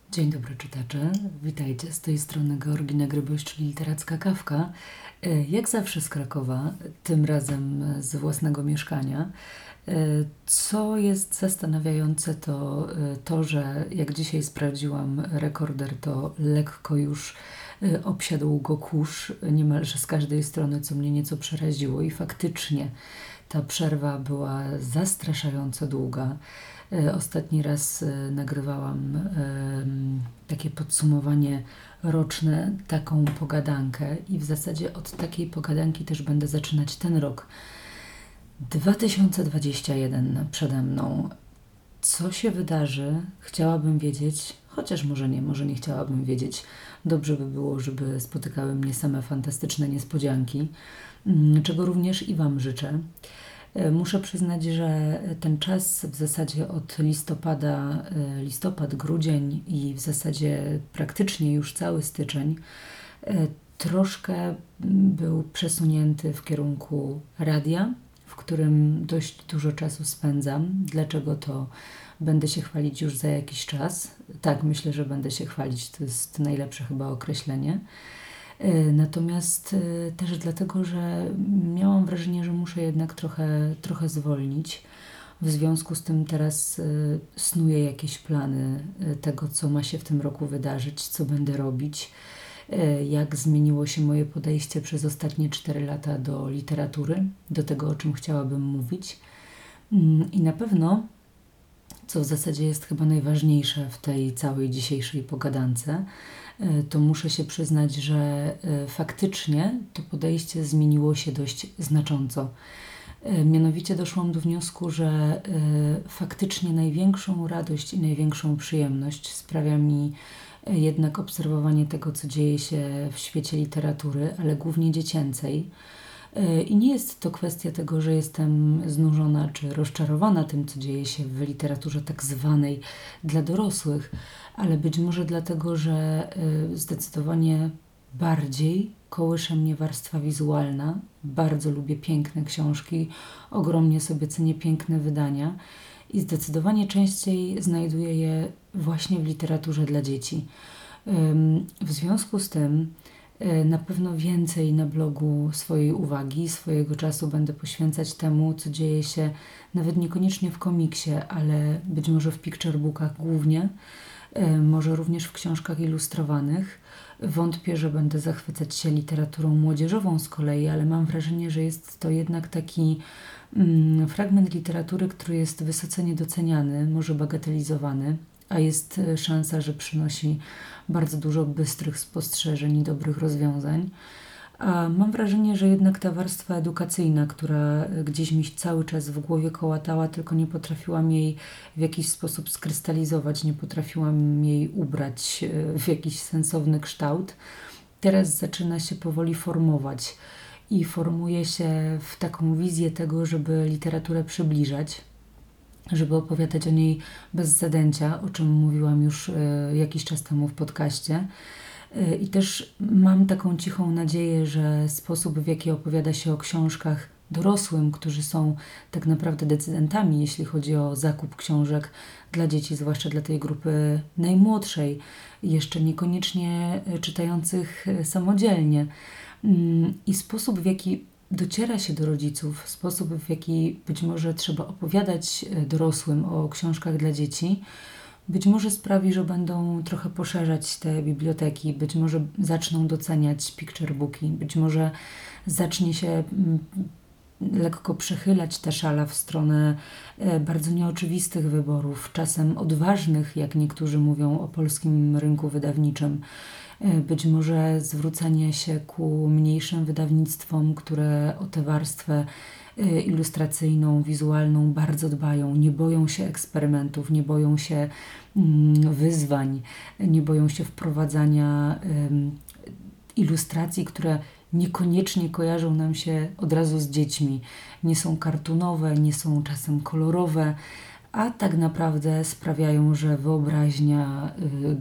Dzień dobry czytacze, witajcie z tej strony Georgina Gryboś, czyli Literacka Kawka. Jak zawsze z Krakowa, tym razem z własnego mieszkania. Co jest zastanawiające to, że jak dzisiaj sprawdziłam rekorder, to lekko już obsiadł go kurz niemalże z każdej strony, co mnie nieco przeraziło i faktycznie ta przerwa była zastraszająco długa. Ostatni raz nagrywałam takie podsumowanie roczne, taką pogadankę i w zasadzie od takiej pogadanki też będę zaczynać ten rok. 2021 przede mną. Co się wydarzy? Chciałabym wiedzieć, chociaż może nie chciałabym wiedzieć. Dobrze by było, żeby spotykały mnie same fantastyczne niespodzianki, czego również i Wam życzę. Muszę przyznać, że ten czas w zasadzie od listopad, grudzień i w zasadzie praktycznie już cały styczeń troszkę był przesunięty w kierunku radia, w którym dość dużo czasu spędzam. Dlaczego to będę się chwalić już za jakiś czas? Tak, myślę, że będę się chwalić, to jest najlepsze chyba określenie. Natomiast też dlatego, że miałam wrażenie, że muszę jednak trochę zwolnić. W związku z tym teraz snuję jakieś plany tego, co ma się w tym roku wydarzyć, co będę robić, jak zmieniło się moje podejście przez ostatnie 4 lata do literatury, do tego, o czym chciałabym mówić. I na pewno, co w zasadzie jest chyba najważniejsze w tej całej dzisiejszej pogadance, to muszę się przyznać, że faktycznie to podejście zmieniło się dość znacząco. Mianowicie doszłam do wniosku, że faktycznie największą radość i największą przyjemność sprawia mi jednak obserwowanie tego, co dzieje się w świecie literatury, ale głównie dziecięcej. I nie jest to kwestia tego, że jestem znużona czy rozczarowana tym, co dzieje się w literaturze tak zwanej dla dorosłych, ale być może dlatego, że zdecydowanie bardziej kołysze mnie warstwa wizualna. Bardzo lubię piękne książki, ogromnie sobie cenię piękne wydania i zdecydowanie częściej znajduję je właśnie w literaturze dla dzieci. W związku z tym na pewno więcej na blogu swojej uwagi, swojego czasu będę poświęcać temu, co dzieje się nawet niekoniecznie w komiksie, ale być może w picture bookach głównie, może również w książkach ilustrowanych. Wątpię, że będę zachwycać się literaturą młodzieżową z kolei, ale mam wrażenie, że jest to jednak taki fragment literatury, który jest wysoce niedoceniany, może bagatelizowany, a jest szansa, że przynosi bardzo dużo bystrych spostrzeżeń i dobrych rozwiązań. A mam wrażenie, że jednak ta warstwa edukacyjna, która gdzieś mi cały czas w głowie kołatała, tylko nie potrafiłam jej w jakiś sposób skrystalizować, nie potrafiłam jej ubrać w jakiś sensowny kształt, teraz zaczyna się powoli formować i formuje się w taką wizję tego, żeby literaturę przybliżać, żeby opowiadać o niej bez zadęcia, o czym mówiłam już jakiś czas temu w podcaście. I też mam taką cichą nadzieję, że sposób, w jaki opowiada się o książkach dorosłym, którzy są tak naprawdę decydentami, jeśli chodzi o zakup książek dla dzieci, zwłaszcza dla tej grupy najmłodszej, jeszcze niekoniecznie czytających samodzielnie. I sposób, w jaki dociera się do rodziców, sposób, w jaki być może trzeba opowiadać dorosłym o książkach dla dzieci, być może sprawi, że będą trochę poszerzać te biblioteki, być może zaczną doceniać picture booki, być może zacznie się lekko przechylać ta szala w stronę bardzo nieoczywistych wyborów, czasem odważnych, jak niektórzy mówią o polskim rynku wydawniczym. Być może zwrócenie się ku mniejszym wydawnictwom, które o tę warstwę ilustracyjną, wizualną bardzo dbają, nie boją się eksperymentów, nie boją się wyzwań, nie boją się wprowadzania ilustracji, które niekoniecznie kojarzą nam się od razu z dziećmi. Nie są kartunowe, nie są czasem kolorowe, a tak naprawdę sprawiają, że wyobraźnia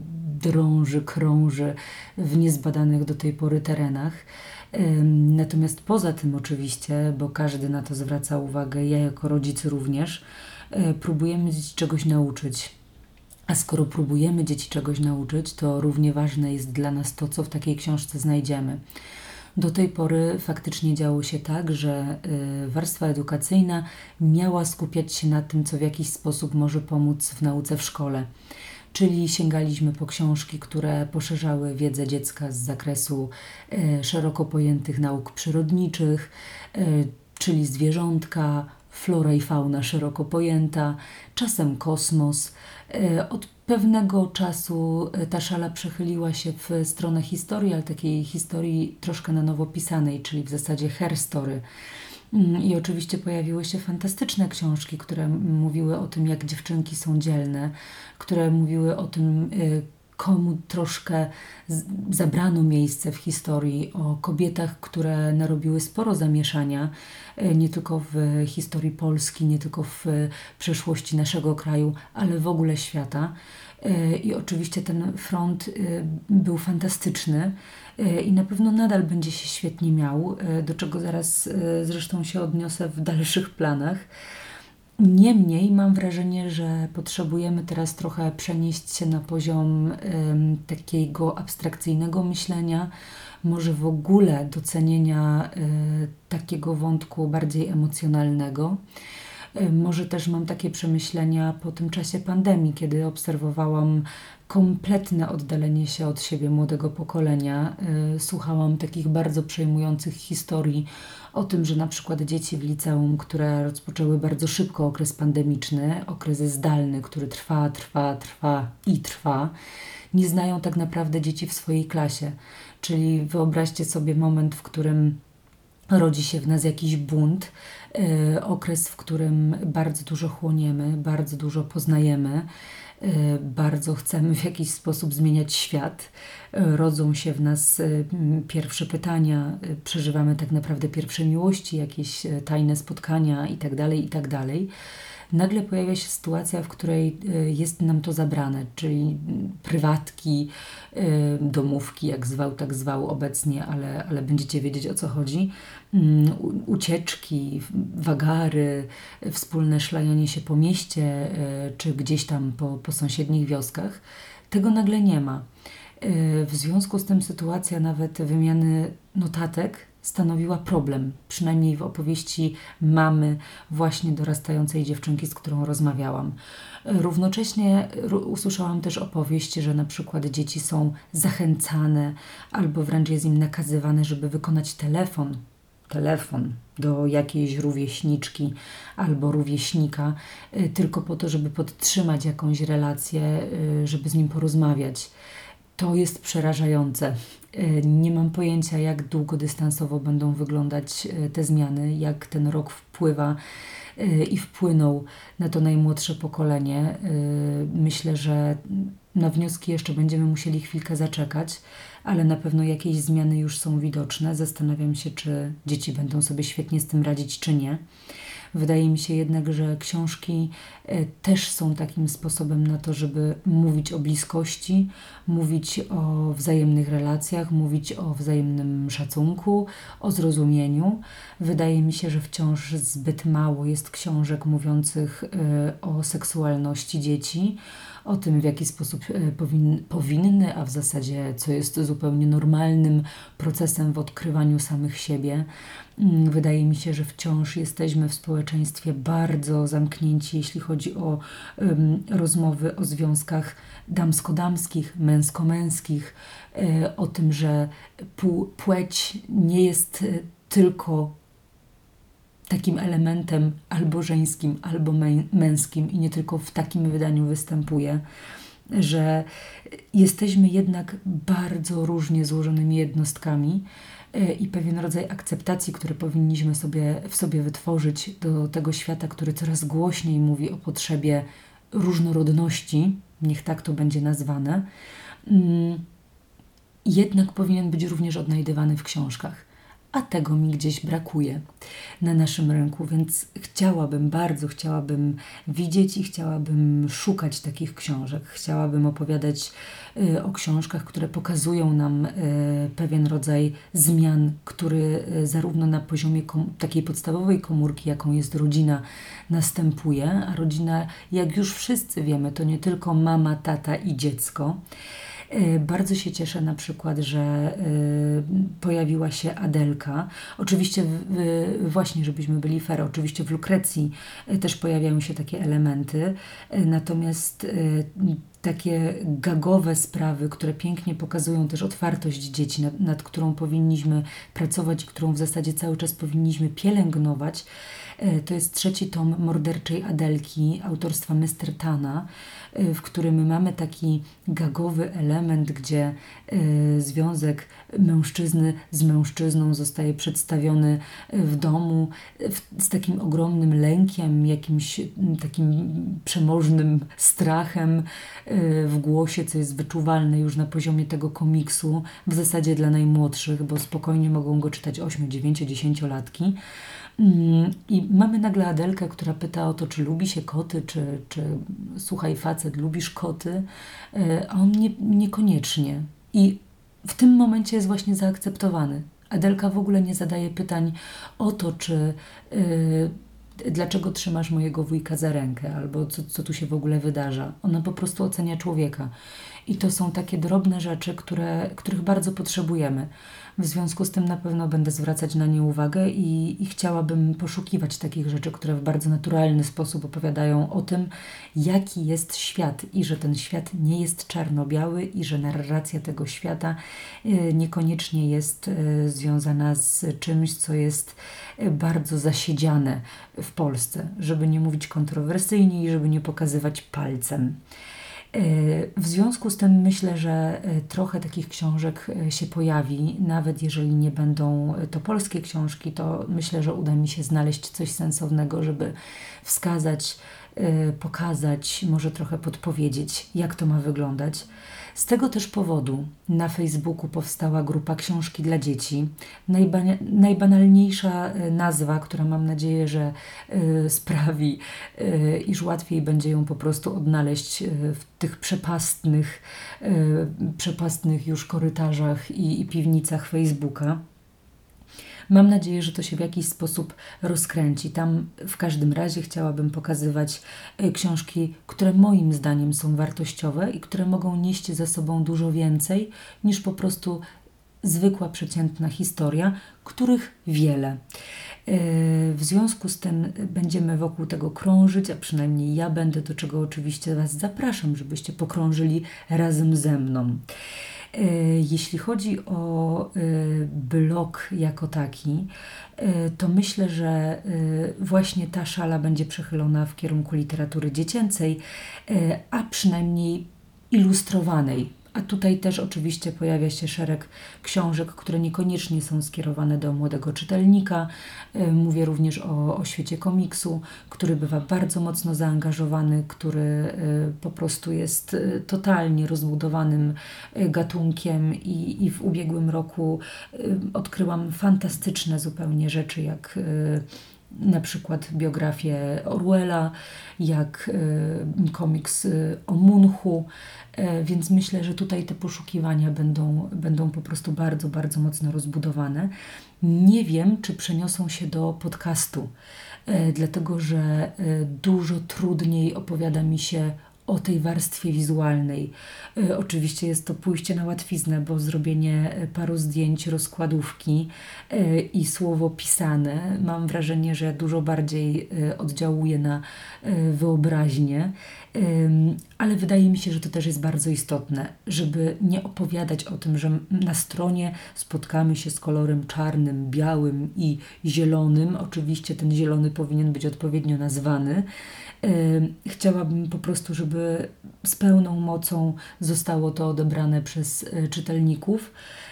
drąży, krąży w niezbadanych do tej pory terenach. Natomiast poza tym oczywiście, bo każdy na to zwraca uwagę, ja jako rodzic również, próbujemy dzieci czegoś nauczyć. A skoro próbujemy dzieci czegoś nauczyć, to równie ważne jest dla nas to, co w takiej książce znajdziemy. Do tej pory faktycznie działo się tak, że warstwa edukacyjna miała skupiać się na tym, co w jakiś sposób może pomóc w nauce w szkole. Czyli sięgaliśmy po książki, które poszerzały wiedzę dziecka z zakresu szeroko pojętych nauk przyrodniczych, czyli zwierzątka, flora i fauna szeroko pojęta, czasem kosmos. Od pewnego czasu ta szala przechyliła się w stronę historii, ale takiej historii troszkę na nowo pisanej, czyli w zasadzie herstory. I oczywiście pojawiły się fantastyczne książki, które mówiły o tym, jak dziewczynki są dzielne, które mówiły o tym, komu troszkę zabrano miejsce w historii, o kobietach, które narobiły sporo zamieszania, nie tylko w historii Polski, nie tylko w przeszłości naszego kraju, ale w ogóle świata. I oczywiście ten front był fantastyczny i na pewno nadal będzie się świetnie miał, do czego zaraz zresztą się odniosę w dalszych planach. Niemniej mam wrażenie, że potrzebujemy teraz trochę przenieść się na poziom takiego abstrakcyjnego myślenia, może w ogóle docenienia takiego wątku bardziej emocjonalnego. Może też mam takie przemyślenia po tym czasie pandemii, kiedy obserwowałam kompletne oddalenie się od siebie młodego pokolenia. Słuchałam takich bardzo przejmujących historii o tym, że na przykład dzieci w liceum, które rozpoczęły bardzo szybko okres pandemiczny, okres zdalny, który trwa, nie znają tak naprawdę dzieci w swojej klasie. Czyli wyobraźcie sobie moment, w którym rodzi się w nas jakiś bunt, okres, w którym bardzo dużo chłoniemy, bardzo dużo poznajemy, bardzo chcemy w jakiś sposób zmieniać świat. Rodzą się w nas pierwsze pytania, przeżywamy tak naprawdę pierwsze miłości, jakieś tajne spotkania itd., itd. Nagle pojawia się sytuacja, w której jest nam to zabrane, czyli prywatki, domówki, jak zwał, tak zwał obecnie, ale będziecie wiedzieć, o co chodzi. Ucieczki, wagary, wspólne szlajanie się po mieście, czy gdzieś tam po sąsiednich wioskach. Tego nagle nie ma. W związku z tym sytuacja nawet wymiany notatek stanowiła problem, przynajmniej w opowieści mamy właśnie dorastającej dziewczynki, z którą rozmawiałam. Równocześnie usłyszałam też opowieść, że na przykład dzieci są zachęcane albo wręcz jest im nakazywane, żeby wykonać telefon do jakiejś rówieśniczki albo rówieśnika, tylko po to, żeby podtrzymać jakąś relację, żeby z nim porozmawiać. To jest przerażające. Nie mam pojęcia, jak długodystansowo będą wyglądać te zmiany, jak ten rok wpływa i wpłynął na to najmłodsze pokolenie. Myślę, że na wnioski jeszcze będziemy musieli chwilkę zaczekać, ale na pewno jakieś zmiany już są widoczne. Zastanawiam się, czy dzieci będą sobie świetnie z tym radzić, czy nie. Wydaje mi się jednak, że książki też są takim sposobem na to, żeby mówić o bliskości, mówić o wzajemnych relacjach, mówić o wzajemnym szacunku, o zrozumieniu. Wydaje mi się, że wciąż zbyt mało jest książek mówiących o seksualności dzieci, o tym, w jaki sposób powinny, a w zasadzie co jest zupełnie normalnym procesem w odkrywaniu samych siebie. Wydaje mi się, że wciąż jesteśmy w społeczeństwie bardzo zamknięci, jeśli chodzi o rozmowy o związkach damsko-damskich, męsko-męskich, o tym, że płeć nie jest tylko takim elementem albo żeńskim, albo męskim i nie tylko w takim wydaniu występuje, że jesteśmy jednak bardzo różnie złożonymi jednostkami i pewien rodzaj akceptacji, który powinniśmy w sobie wytworzyć do tego świata, który coraz głośniej mówi o potrzebie różnorodności, niech tak to będzie nazwane, jednak powinien być również odnajdywany w książkach. a tego mi gdzieś brakuje na naszym rynku, więc bardzo chciałabym widzieć i chciałabym szukać takich książek. Chciałabym opowiadać o książkach, które pokazują nam pewien rodzaj zmian, który zarówno na poziomie takiej podstawowej komórki, jaką jest rodzina, następuje, a rodzina, jak już wszyscy wiemy, to nie tylko mama, tata i dziecko. Bardzo się cieszę na przykład, że pojawiła się Adelka. Oczywiście, właśnie żebyśmy byli fair, oczywiście w Lukrecji też pojawiają się takie elementy, natomiast takie gagowe sprawy, które pięknie pokazują też otwartość dzieci, nad którą powinniśmy pracować, którą w zasadzie cały czas powinniśmy pielęgnować. To jest 3. tom Morderczej Adelki autorstwa Mestertana, w którym mamy taki gagowy element, gdzie związek mężczyzny z mężczyzną zostaje przedstawiony w domu z takim ogromnym lękiem, jakimś takim przemożnym strachem w głosie, co jest wyczuwalne już na poziomie tego komiksu, w zasadzie dla najmłodszych, bo spokojnie mogą go czytać 8, 9, 10-latki. I mamy nagle Adelkę, która pyta o to, czy lubi się koty, czy słuchaj facet, lubisz koty? A on niekoniecznie. I w tym momencie jest właśnie zaakceptowany. Adelka w ogóle nie zadaje pytań o to, czy dlaczego trzymasz mojego wujka za rękę, albo co tu się w ogóle wydarza. Ona po prostu ocenia człowieka. I to są takie drobne rzeczy, których bardzo potrzebujemy. W związku z tym na pewno będę zwracać na nie uwagę i chciałabym poszukiwać takich rzeczy, które w bardzo naturalny sposób opowiadają o tym, jaki jest świat i że ten świat nie jest czarno-biały i że narracja tego świata niekoniecznie jest związana z czymś, co jest bardzo zasiedziane w Polsce, żeby nie mówić kontrowersyjnie i żeby nie pokazywać palcem. W związku z tym myślę, że trochę takich książek się pojawi, nawet jeżeli nie będą to polskie książki, to myślę, że uda mi się znaleźć coś sensownego, żeby wskazać, pokazać, może trochę podpowiedzieć, jak to ma wyglądać. Z tego też powodu na Facebooku powstała grupa Książki dla dzieci. Najbanalniejsza nazwa, która mam nadzieję, że sprawi, iż łatwiej będzie ją po prostu odnaleźć w tych przepastnych już korytarzach i piwnicach Facebooka. Mam nadzieję, że to się w jakiś sposób rozkręci. Tam w każdym razie chciałabym pokazywać książki, które moim zdaniem są wartościowe i które mogą nieść ze sobą dużo więcej niż po prostu zwykła, przeciętna historia, których wiele. W związku z tym będziemy wokół tego krążyć, a przynajmniej ja będę, do czego oczywiście Was zapraszam, żebyście pokrążyli razem ze mną. Jeśli chodzi o blog jako taki, to myślę, że właśnie ta szala będzie przechylona w kierunku literatury dziecięcej, a przynajmniej ilustrowanej. A tutaj też oczywiście pojawia się szereg książek, które niekoniecznie są skierowane do młodego czytelnika. Mówię również o świecie komiksu, który bywa bardzo mocno zaangażowany, który po prostu jest totalnie rozbudowanym gatunkiem i w ubiegłym roku odkryłam fantastyczne zupełnie rzeczy, jak na przykład biografię Orwella, jak komiks o Munchu, więc myślę, że tutaj te poszukiwania będą po prostu bardzo, bardzo mocno rozbudowane. Nie wiem, czy przeniosą się do podcastu, dlatego że dużo trudniej opowiada mi się o tej warstwie wizualnej. Oczywiście jest to pójście na łatwiznę, bo zrobienie paru zdjęć, rozkładówki i słowo pisane, mam wrażenie, że dużo bardziej oddziałuje na wyobraźnię, ale wydaje mi się, że to też jest bardzo istotne, żeby nie opowiadać o tym, że na stronie spotkamy się z kolorem czarnym, białym i zielonym. Oczywiście ten zielony powinien być odpowiednio nazwany. Chciałabym po prostu, żeby z pełną mocą zostało to odebrane przez czytelników.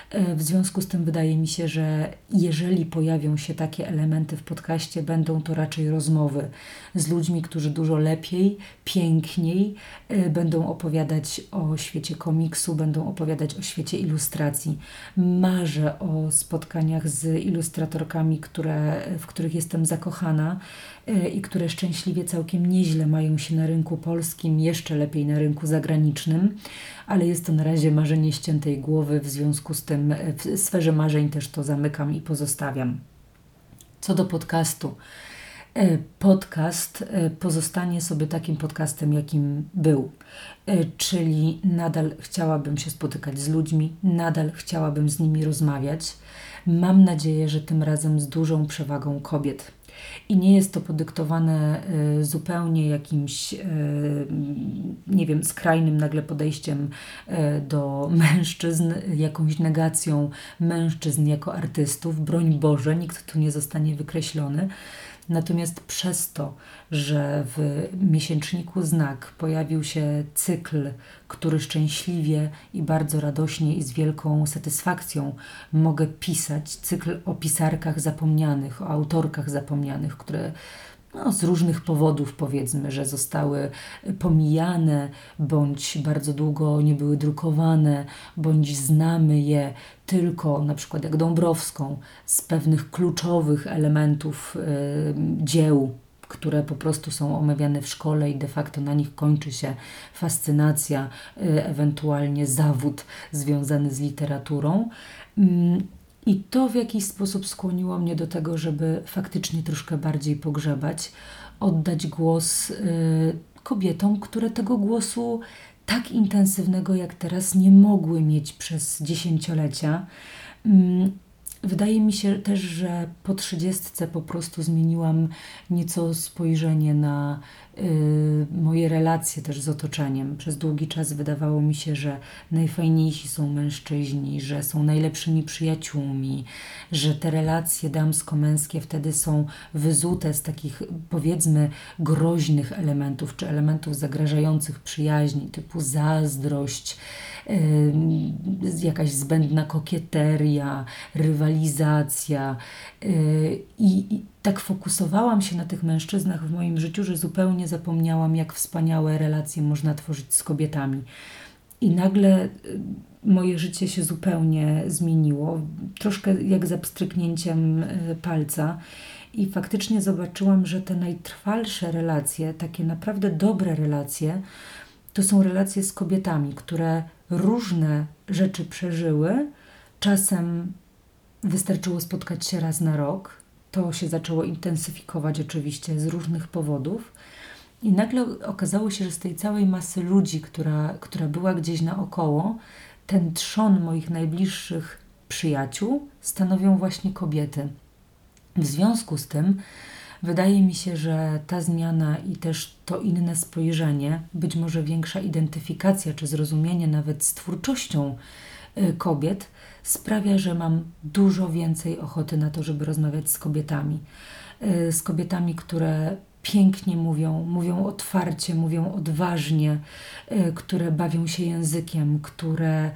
W związku z tym wydaje mi się, że jeżeli pojawią się takie elementy w podcaście, będą to raczej rozmowy z ludźmi, którzy dużo lepiej, piękniej będą opowiadać o świecie komiksu, będą opowiadać o świecie ilustracji. Marzę o spotkaniach z ilustratorkami, w których jestem zakochana i które szczęśliwie całkiem nieźle mają się na rynku polskim, jeszcze lepiej na rynku zagranicznym, ale jest to na razie marzenie ściętej głowy, w związku z tym w sferze marzeń też to zamykam i pozostawiam. Co do podcastu. Podcast pozostanie sobie takim podcastem, jakim był. Czyli nadal chciałabym się spotykać z ludźmi, nadal chciałabym z nimi rozmawiać. Mam nadzieję, że tym razem z dużą przewagą kobiet. I nie jest to podyktowane zupełnie jakimś, nie wiem, skrajnym nagle podejściem do mężczyzn, jakąś negacją mężczyzn jako artystów. Broń Boże, nikt tu nie zostanie wykreślony. Natomiast przez to, że w miesięczniku Znak pojawił się cykl, który szczęśliwie i bardzo radośnie i z wielką satysfakcją mogę pisać, cykl o pisarkach zapomnianych, o autorkach zapomnianych, które z różnych powodów, powiedzmy, że zostały pomijane, bądź bardzo długo nie były drukowane, bądź znamy je tylko, na przykład jak Dąbrowską, z pewnych kluczowych elementów dzieł, które po prostu są omawiane w szkole i de facto na nich kończy się fascynacja, ewentualnie zawód związany z literaturą. I to w jakiś sposób skłoniło mnie do tego, żeby faktycznie troszkę bardziej pogrzebać, oddać głos kobietom, które tego głosu tak intensywnego jak teraz nie mogły mieć przez dziesięciolecia. Wydaje mi się też, że po 30 po prostu zmieniłam nieco spojrzenie na moje relacje też z otoczeniem. Przez długi czas wydawało mi się, że najfajniejsi są mężczyźni, że są najlepszymi przyjaciółmi, że te relacje damsko-męskie wtedy są wyzute z takich, powiedzmy, groźnych elementów, czy elementów zagrażających przyjaźni, typu zazdrość, jakaś zbędna kokieteria, rywalizacja i tak fokusowałam się na tych mężczyznach w moim życiu, że zupełnie zapomniałam, jak wspaniałe relacje można tworzyć z kobietami. I nagle moje życie się zupełnie zmieniło, troszkę jak za pstryknięciem palca. I faktycznie zobaczyłam, że te najtrwalsze relacje, takie naprawdę dobre relacje, to są relacje z kobietami, które różne rzeczy przeżyły. Czasem wystarczyło spotkać się raz na rok. To się zaczęło intensyfikować oczywiście z różnych powodów. I nagle okazało się, że z tej całej masy ludzi, która była gdzieś naokoło, ten trzon moich najbliższych przyjaciół stanowią właśnie kobiety. W związku z tym wydaje mi się, że ta zmiana i też to inne spojrzenie, być może większa identyfikacja czy zrozumienie nawet z twórczością kobiet sprawia, że mam dużo więcej ochoty na to, żeby rozmawiać z kobietami. Z kobietami, które pięknie mówią otwarcie, mówią odważnie, które bawią się językiem, które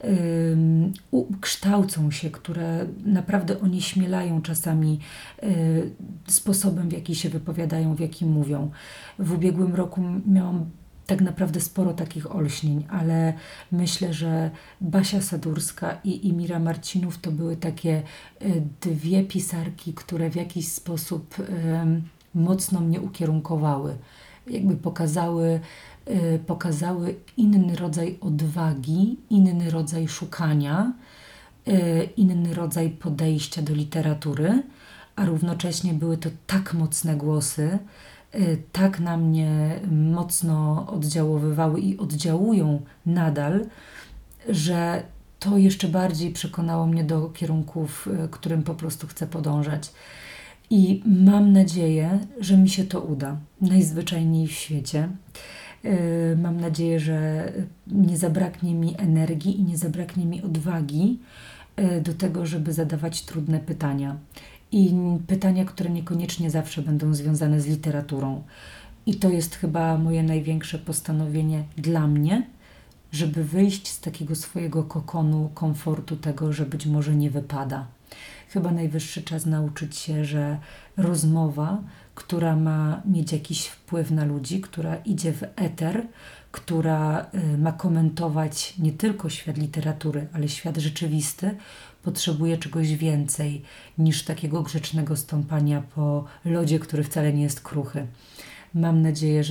kształcą się, które naprawdę onieśmielają czasami sposobem, w jaki się wypowiadają, w jaki mówią. W ubiegłym roku miałam tak naprawdę sporo takich olśnień, ale myślę, że Basia Sadurska i Mira Marcinów to były takie dwie pisarki, które w jakiś sposób mocno mnie ukierunkowały. Jakby pokazały inny rodzaj odwagi, inny rodzaj szukania, inny rodzaj podejścia do literatury, a równocześnie były to tak mocne głosy, tak na mnie mocno oddziaływały i oddziałują nadal, że to jeszcze bardziej przekonało mnie do kierunków, którym po prostu chcę podążać. I mam nadzieję, że mi się to uda. Najzwyczajniej w świecie. Mam nadzieję, że nie zabraknie mi energii i nie zabraknie mi odwagi do tego, żeby zadawać trudne pytania. I pytania, które niekoniecznie zawsze będą związane z literaturą. I to jest chyba moje największe postanowienie dla mnie, żeby wyjść z takiego swojego kokonu komfortu tego, że być może nie wypada. Chyba najwyższy czas nauczyć się, że rozmowa, która ma mieć jakiś wpływ na ludzi, która idzie w eter, która ma komentować nie tylko świat literatury, ale świat rzeczywisty, potrzebuje czegoś więcej niż takiego grzecznego stąpania po lodzie, który wcale nie jest kruchy. Mam nadzieję,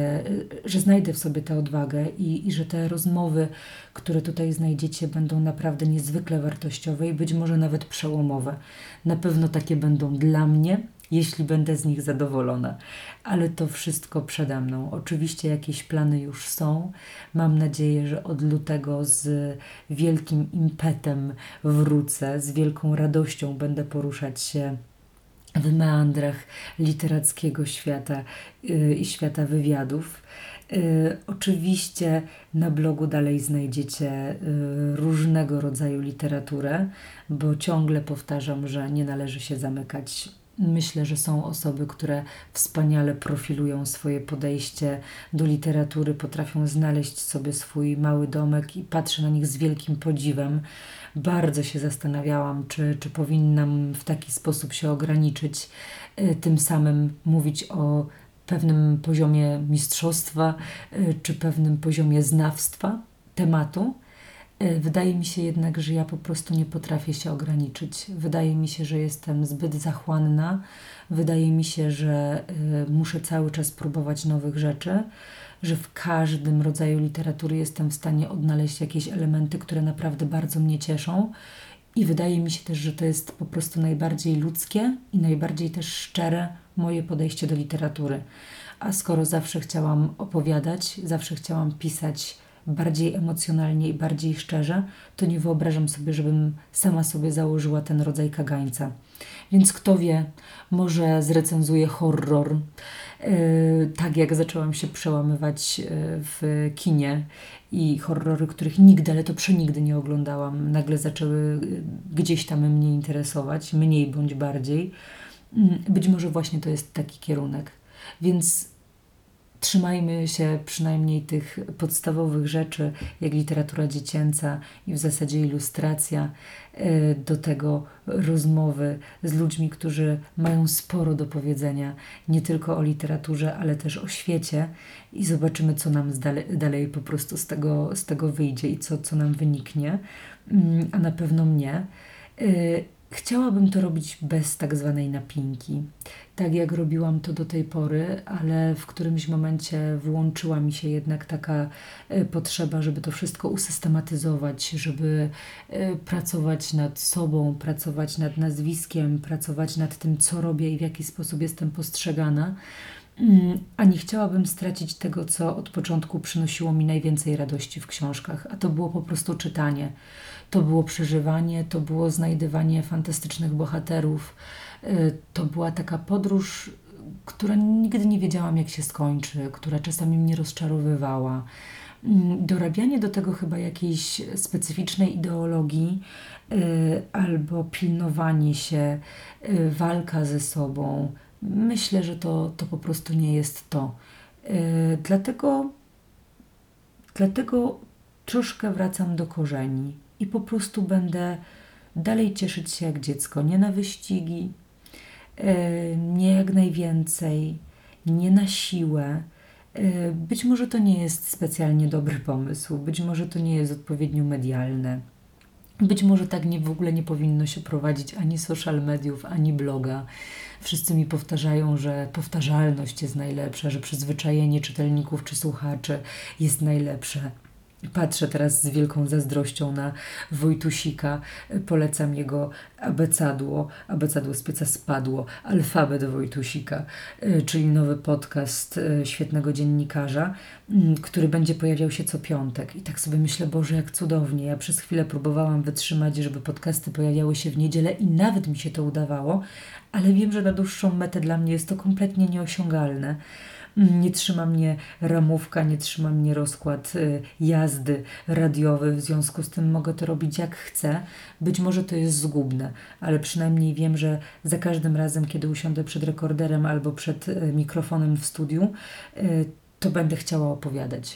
że znajdę w sobie tę odwagę i że te rozmowy, które tutaj znajdziecie, będą naprawdę niezwykle wartościowe i być może nawet przełomowe. Na pewno takie będą dla mnie, jeśli będę z nich zadowolona. Ale to wszystko przede mną. Oczywiście jakieś plany już są. Mam nadzieję, że od lutego z wielkim impetem wrócę, z wielką radością będę poruszać się w meandrach literackiego świata i świata wywiadów. Oczywiście na blogu dalej znajdziecie różnego rodzaju literaturę, bo ciągle powtarzam, że nie należy się zamykać. Myślę, że są osoby, które wspaniale profilują swoje podejście do literatury, potrafią znaleźć sobie swój mały domek i patrzę na nich z wielkim podziwem. Bardzo się zastanawiałam, czy powinnam w taki sposób się ograniczyć, tym samym mówić o pewnym poziomie mistrzostwa, czy pewnym poziomie znawstwa tematu. Wydaje mi się jednak, że ja po prostu nie potrafię się ograniczyć. Wydaje mi się, że jestem zbyt zachłanna. Wydaje mi się, że muszę cały czas próbować nowych rzeczy, że w każdym rodzaju literatury jestem w stanie odnaleźć jakieś elementy, które naprawdę bardzo mnie cieszą. I wydaje mi się też, że to jest po prostu najbardziej ludzkie i najbardziej też szczere moje podejście do literatury. A skoro zawsze chciałam opowiadać, zawsze chciałam pisać bardziej emocjonalnie i bardziej szczerze, to nie wyobrażam sobie, żebym sama sobie założyła ten rodzaj kagańca. Więc kto wie, może zrecenzuję horror. Tak jak zaczęłam się przełamywać w kinie i horrory, których nigdy, ale to przenigdy nie oglądałam, nagle zaczęły gdzieś tam mnie interesować, mniej bądź bardziej. Być może właśnie to jest taki kierunek. Więc trzymajmy się przynajmniej tych podstawowych rzeczy, jak literatura dziecięca i w zasadzie ilustracja, do tego rozmowy z ludźmi, którzy mają sporo do powiedzenia, nie tylko o literaturze, ale też o świecie i zobaczymy, co nam dalej po prostu z tego wyjdzie i co nam wyniknie, a na pewno mnie. Chciałabym to robić bez tak zwanej napinki, tak jak robiłam to do tej pory, ale w którymś momencie włączyła mi się jednak taka potrzeba, żeby to wszystko usystematyzować, żeby pracować nad sobą, pracować nad nazwiskiem, pracować nad tym, co robię i w jaki sposób jestem postrzegana. A nie chciałabym stracić tego, co od początku przynosiło mi najwięcej radości w książkach, a to było po prostu czytanie. To było przeżywanie, to było znajdywanie fantastycznych bohaterów. To była taka podróż, która nigdy nie wiedziałam, jak się skończy, która czasami mnie rozczarowywała. Dorabianie do tego chyba jakiejś specyficznej ideologii albo pilnowanie się, walka ze sobą. Myślę, że to po prostu nie jest to. Dlatego troszkę wracam do korzeni i po prostu będę dalej cieszyć się jak dziecko. Nie na wyścigi, nie jak najwięcej, nie na siłę. Być może to nie jest specjalnie dobry pomysł, być może to nie jest odpowiednio medialne. Być może tak w ogóle nie powinno się prowadzić ani social mediów, ani bloga. Wszyscy mi powtarzają, że powtarzalność jest najlepsza, że przyzwyczajenie czytelników czy słuchaczy jest najlepsze. Patrzę teraz z wielką zazdrością na Wojtusika. Polecam jego abecadło z pieca spadło, alfabet Wojtusika, czyli nowy podcast świetnego dziennikarza, który będzie pojawiał się co piątek. I tak sobie myślę, Boże, jak cudownie. Ja przez chwilę próbowałam wytrzymać, żeby podcasty pojawiały się w niedzielę i nawet mi się to udawało, ale wiem, że na dłuższą metę dla mnie jest to kompletnie nieosiągalne. Nie trzyma mnie ramówka, nie trzyma mnie rozkład jazdy radiowy, w związku z tym mogę to robić jak chcę. Być może to jest zgubne, ale przynajmniej wiem, że za każdym razem, kiedy usiądę przed rekorderem albo przed mikrofonem w studiu, to będę chciała opowiadać.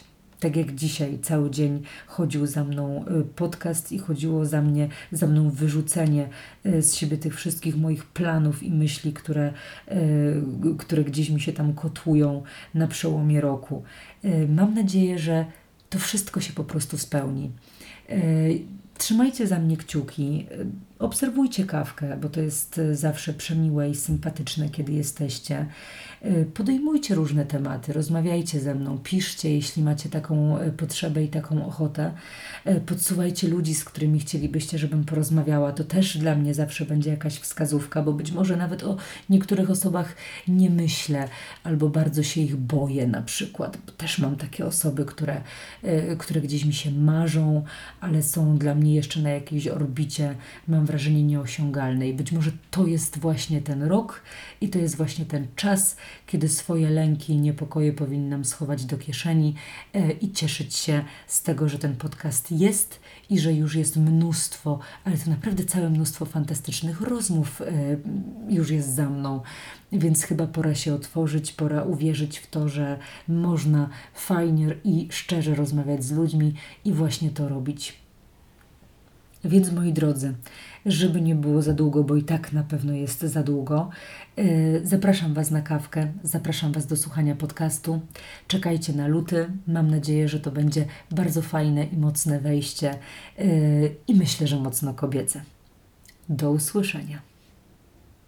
tak jak dzisiaj cały dzień chodził za mną podcast i chodziło za mną wyrzucenie z siebie tych wszystkich moich planów i myśli, które gdzieś mi się tam kotłują na przełomie roku. Mam nadzieję, że to wszystko się po prostu spełni. Trzymajcie za mnie kciuki, obserwujcie kawkę, bo to jest zawsze przemiłe i sympatyczne, kiedy jesteście. Podejmujcie różne tematy, rozmawiajcie ze mną, piszcie, jeśli macie taką potrzebę i taką ochotę. Podsuwajcie ludzi, z którymi chcielibyście, żebym porozmawiała. To też dla mnie zawsze będzie jakaś wskazówka, bo być może nawet o niektórych osobach nie myślę, albo bardzo się ich boję na przykład. Bo też mam takie osoby, które gdzieś mi się marzą, ale są dla mnie jeszcze na jakiejś orbicie, mam wrażenie, nieosiągalnej. Być może to jest właśnie ten rok i to jest właśnie ten czas, kiedy swoje lęki i niepokoje powinnam schować do kieszeni i cieszyć się z tego, że ten podcast jest i że już jest mnóstwo, ale to naprawdę całe mnóstwo fantastycznych rozmów już jest za mną. Więc chyba pora się otworzyć, pora uwierzyć w to, że można fajnie i szczerze rozmawiać z ludźmi i właśnie to robić. Więc moi drodzy, żeby nie było za długo, bo i tak na pewno jest za długo, zapraszam Was na kawkę, zapraszam Was do słuchania podcastu. Czekajcie na luty. Mam nadzieję, że to będzie bardzo fajne i mocne wejście i myślę, że mocno kobiece. Do usłyszenia.